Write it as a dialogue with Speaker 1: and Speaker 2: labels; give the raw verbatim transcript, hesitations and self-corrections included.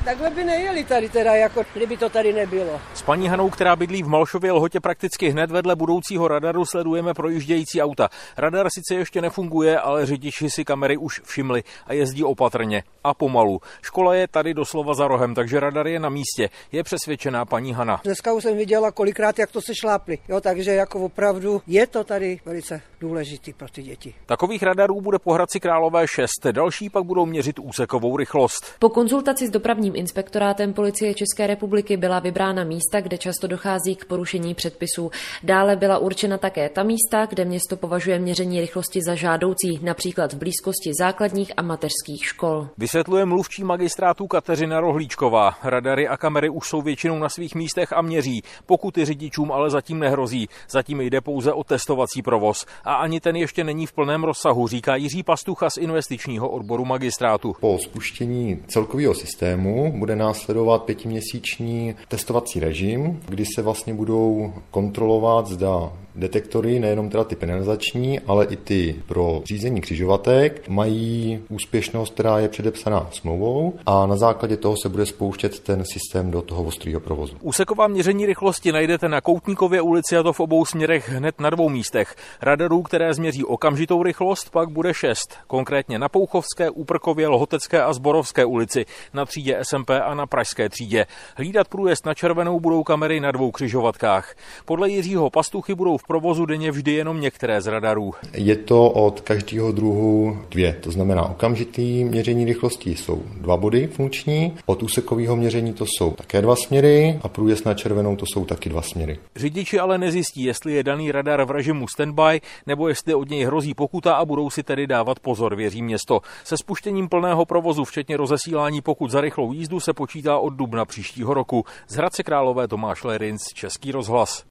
Speaker 1: Takhle by nejeli tady teda, jako kdyby to tady nebylo.
Speaker 2: S paní Hanou, která bydlí v Malšově Lhotě prakticky hned vedle budoucího radaru, sledujeme projíždějící auta. Radar sice ještě nefunguje, ale řidiči si kamery už všimli a jezdí opatrně a pomalu. Škola je tady doslova za rohem, takže radar je na místě, je přesvědčená paní Hana.
Speaker 1: Dneska už jsem viděla kolikrát, jak to se šlápli, jo, takže jako opravdu je to tady velice důležitý pro ty děti.
Speaker 2: Takových radarů bude po Hradci Králové šest, další pak budou měřit úsekovou rychlost.
Speaker 3: Po konzultaci s dopravním inspektorátem Policie České republiky byla vybrána místa, kde často dochází k porušení předpisů. Dále byla určena také ta místa, kde město považuje měření rychlosti za žádoucí, například v blízkosti základních a mateřských škol.
Speaker 2: Vysvětluje mluvčí magistrátu Kateřina Rohlíčková. Radary a kamery už jsou většinou na svých místech a měří. Pokuty řidičům ale zatím nehrozí. Zatím jde pouze o testovací provoz. A ani ten ještě není v plném rozsahu, říká Jiří Pastucha z investičního odboru magistrátu.
Speaker 4: Po spuštění celkového systému bude následovat pětiměsíční testovací režim, kdy se vlastně budou kontrolovat, zda detektory, nejenom teda ty penalizační, ale i ty pro řízení křižovatek, mají úspěšnost, která je předepsaná smlouvou, a na základě toho se bude spouštět ten systém do toho ostrého provozu.
Speaker 2: Úseková měření rychlosti najdete na Koutníkově ulici, a to v obou směrech hned na dvou místech. Radarů, které změří okamžitou rychlost, pak bude šest. Konkrétně na Pouchovské, Úprkově, Lhotecké a Zborovské ulici, na třídě S M P a na Pražské třídě. Hlídat průjezd na červenou budou kamery na dvou křižovatkách. Podle Jiřího Pastuchy budou v provozu denně vždy jenom některé z radarů.
Speaker 4: Je to od každého druhu dvě, to znamená okamžitý měření rychlosti jsou dva body funkční, od úsekového měření to jsou také dva směry a průjezd na červenou to jsou taky dva směry.
Speaker 2: Řidiči ale nezjistí, jestli je daný radar v režimu standby nebo jestli od něj hrozí pokuta, a budou si tedy dávat pozor, věří město. Se spuštěním plného provozu, včetně rozesílání pokut za rychlou jízdu, se počítá od dubna příštího roku. Z Hradce Králové Tomáš Lerinc, Český rozhlas.